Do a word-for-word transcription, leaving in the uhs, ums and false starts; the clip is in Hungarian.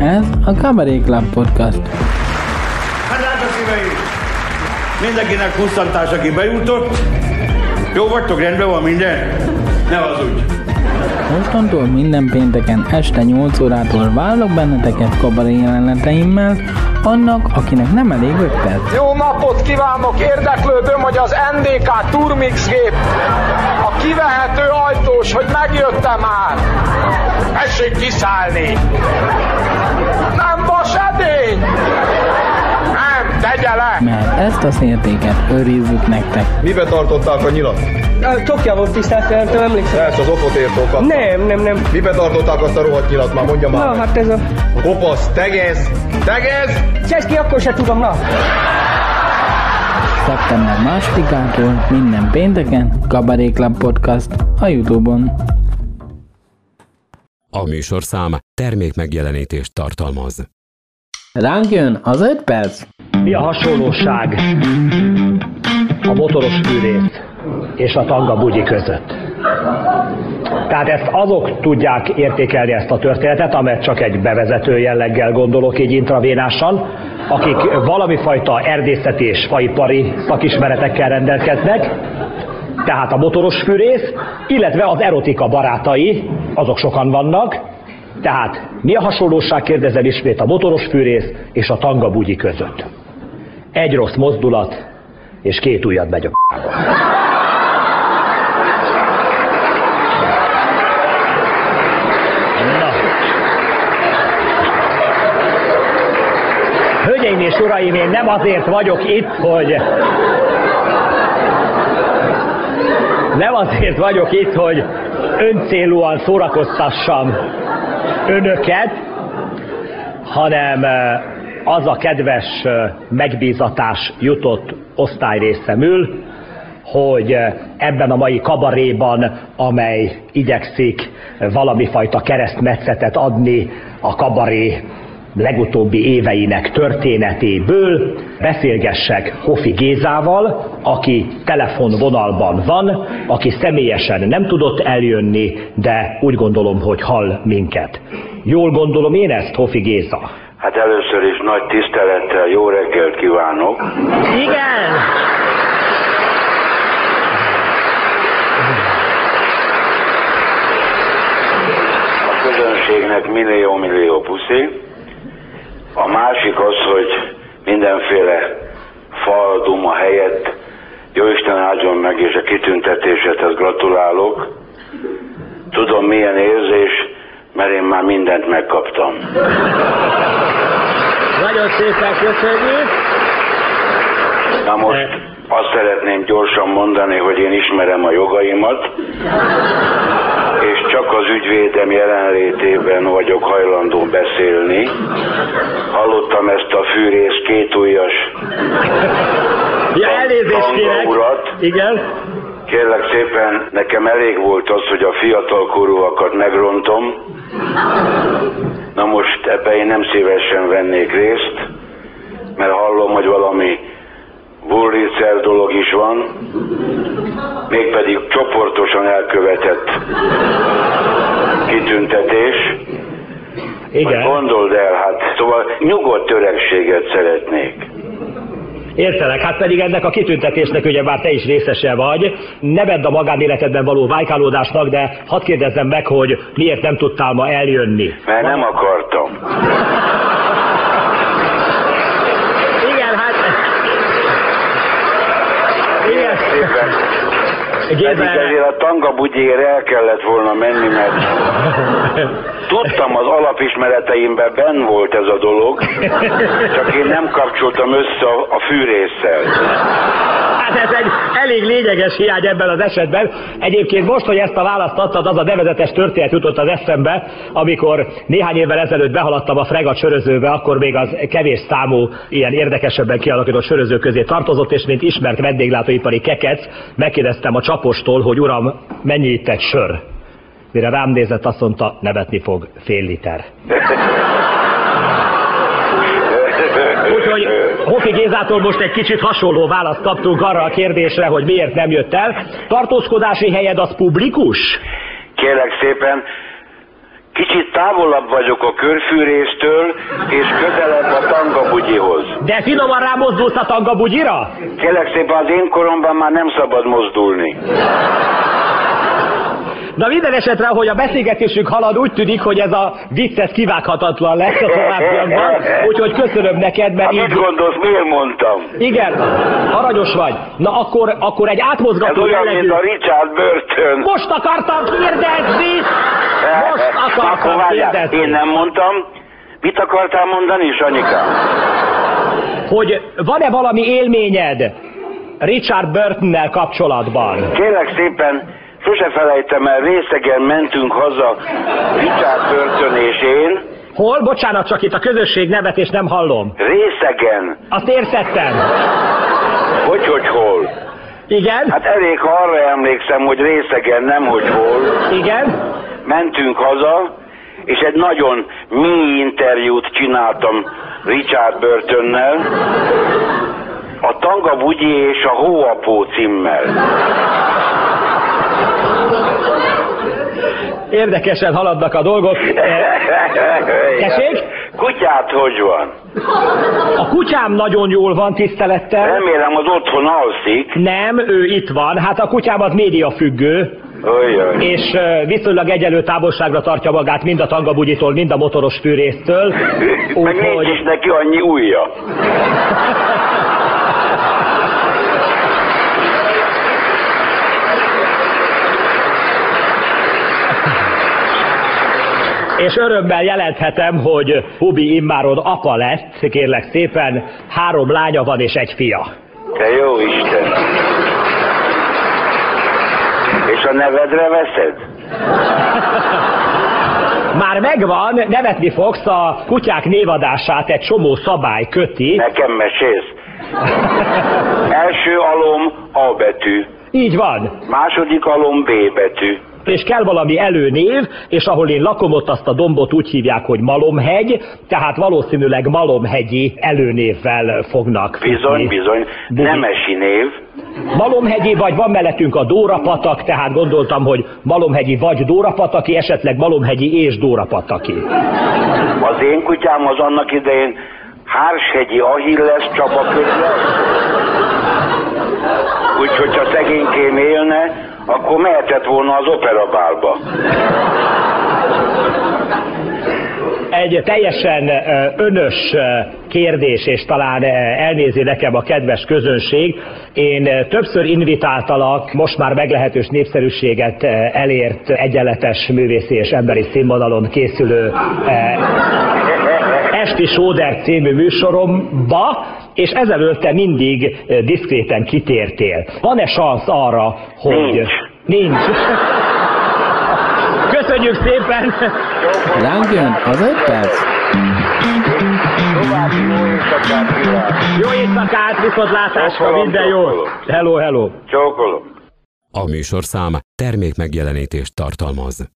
Ez a Cabaret Club Podcast. Hát drága szíveim! Mindenkinek pusztantás, aki bejutott. Jó vagytok, rendben van minden? Ne hazudj! Mostantól minden pénteken este nyolc órától várlak benneteket kabaré jeleneteimmel, annak, akinek nem elég öt perc. Jó napot kívánok! Érdeklődöm, hogy az en dé ká Turmix gép a kivehető ajtós, hogy megjöttem már. Tessék kiszállni! Nem vas edény! Nem, tegye le! Mert ezt a szértéket őrizzük nektek. Mibe tartották a nyilat? A Tokja volt tiszteltően, emlékszem. Persze, az okotértól kaptam. Nem, nem, nem. Mibe tartották azt a rohadt nyilat? Már mondja már. Na, hát ez a... Kopasz, tegez! Tegez! Csesz ki, akkor se tudom, na. szeptember másodikától minden pénteken Cabaret Club Podcast a YouTube-on. A műsorszám termékmegjelenítést tartalmaz. Ránk jön az öt perc. Mi a hasonlóság a motoros fűrész és a tanga bugyi között? Tehát ezt azok tudják értékelni, ezt a történetet, amelyet csak egy bevezető jelleggel gondolok így intravénásan, akik valami fajta erdészeti és faipari szakismeretekkel rendelkeznek, tehát a motoros fűrész, illetve az erotika barátai, azok sokan vannak. Tehát mi a hasonlóság, kérdezem ismét, a motoros fűrész és a tanga bugyi között? Egy rossz mozdulat, és két ujjat megy a p***ba. Na. Hölgyeim és uraim, én nem azért vagyok itt, hogy... Nem azért vagyok itt, hogy öncélúan szórakoztassam önöket, hanem az a kedves megbízatás jutott osztályrészemül, hogy ebben a mai kabaréban, amely igyekszik valami fajta keresztmetszetet adni a kabaré legutóbbi éveinek történetéből, beszélgessek Hofi Gézával, aki telefonvonalban van, aki személyesen nem tudott eljönni, de úgy gondolom, hogy hall minket. Jól gondolom én ezt, Hofi Géza? Hát először is nagy tisztelettel jó reggelt kívánok. Igen! A közönségnek millió-millió puszi. A másik az, hogy mindenféle fal, duma helyett Jóisten áldjon meg, és a kitüntetésedhez gratulálok. Tudom, milyen érzés, mert én már mindent megkaptam. Nagyon szépen köszönjük! Na most azt szeretném gyorsan mondani, hogy én ismerem a jogaimat, és csak az ügyvédem jelenlétében vagyok hajlandó beszélni. Hallottam ezt a fűrész kétujjas ja, elnézést kérek. Urat. Igen. Kérlek szépen, nekem elég volt az, hogy a fiatalkorúakat megrontom. Na most ebben én nem szívesen vennék részt, mert hallom, hogy valami burricer dolog is van, mégpedig csoportosan elkövetett kitüntetés. Igen. Gondold el, hát szóval nyugodt öregséget szeretnék. Értelek, hát pedig ennek a kitüntetésnek ugye már te is részese vagy. Ne vedd a magánéletedben való vájkálódásnak, de hadd kérdezzem meg, hogy miért nem tudtál ma eljönni. Mert nem akartam. Igen, hát... Igen. Pedig ezért a tanga bugyér el kellett volna menni, mert tudtam, az alapismereteimben benn volt ez a dolog, csak én nem kapcsoltam össze a, a fűrésszel. Hát ez egy elég lényeges hiány ebben az esetben. Egyébként most, hogy ezt a választ adtad, az a nevezetes történet jutott az eszembe, amikor néhány évvel ezelőtt behaladtam a Fregat sörözőbe, akkor még az kevés számú ilyen érdekesebben kialakított söröző közé tartozott, és mint ismert vendéglátóipari kekec, megkérdeztem a csapostól, hogy uram, mennyi itt egy sör? Mire rám nézett, azt mondta, nevetni fog, fél liter. Úgyhogy Hofi Gézától most egy kicsit hasonló választ kaptunk arra a kérdésre, hogy miért nem jött el. Tartózkodási helyed az publikus? Kérlek szépen, Kicsit távolabb vagyok a körfűrésztől, és közelebb a tangabugyihoz. De finoman rámozdulsz a tangabugyira? Kérlek szépen, az én koromban már nem szabad mozdulni. Na minden esetre, ahogy a beszélgetésünk halad, úgy tűnik, hogy ez a vicc ez kivághatatlan lesz a továbbiakban, úgyhogy köszönöm neked, mert így... Mit gondolsz, miért mondtam? Igen, aranyos vagy. Na akkor, akkor egy átmozgató ez olyan, jellegű... mint a Richard Burton. Most akartam kérdezni! Most akartam kérdezni. Én nem mondtam. Mit akartál mondani, Sanyikám? Hogy van-e valami élményed Richard Burtonnel kapcsolatban? Kérlek szépen, sose felejtem el, részegen mentünk haza Richard Burton és én. Hol? Bocsánat, csak itt a közösség nevet és nem hallom. Részegen. Azt értettem. Hogy, hogy hol? Igen? Hát elég, ha arra emlékszem, hogy részegen, nem hogy hol. Igen? Mentünk haza, és egy nagyon mély interjút csináltam Richard Burtonnel, a Tanga Bugyi és a Hóapó címmel. Érdekesen haladnak a dolgok. Tessék? Kutyát hogy van? A kutyám nagyon jól van, tisztelettel. Remélem, az otthon alszik. Nem, ő itt van. Hát a kutyám az médiafüggő. Olyan. És uh, viszonylag egyenlő távolságra tartja magát mind a tangabugyitól, mind a motoros fűrésztől. Meg nincs hogy... is neki annyi ujja. És örömmel jelenthetem, hogy Hubi immáron apa lett, kérlek szépen, három lánya van és egy fia. Te jó Isten! És a nevedre veszed? Már megvan, nevetni fogsz, a kutyák névadását egy csomó szabály köti. Nekem mesélsz. Első alom A betű. Így van. Második alom B betű. És kell valami előnév, és ahol én lakom, ott azt a dombot úgy hívják, hogy Malomhegy, tehát valószínűleg Malomhegyi előnévvel fognak. Bizony, futni. bizony, nemesi név. Malomhegyi, vagy van mellettünk a Dórapatak, tehát gondoltam, hogy Malomhegyi vagy Dórapataki, esetleg Malomhegyi és Dórapataki. Az én kutyám az annak idején Hárshegyi Achilles Csaba közben. Úgyhogy ha szegénykém élne, akkor mehetett volna az operabálba. Egy teljesen önös kérdés, és talán elnézi nekem a kedves közönség. Én többször invitáltalak, most már meglehetős népszerűséget elért egyenletes művészi és emberi színvonalon készülő Esti Sóder című műsoromba, és ezelőtt te mindig diszkréten kitértél. Van-e szansz arra, hogy... Nincs. Nincs. Köszönjük szépen! Ránk jön az öt perc. További jó éjszakát kívánok! Jó éjszakát, viszontlátásra, minden jót! Hello, hello! Csókolom! A műsorszám termék megjelenítést tartalmaz.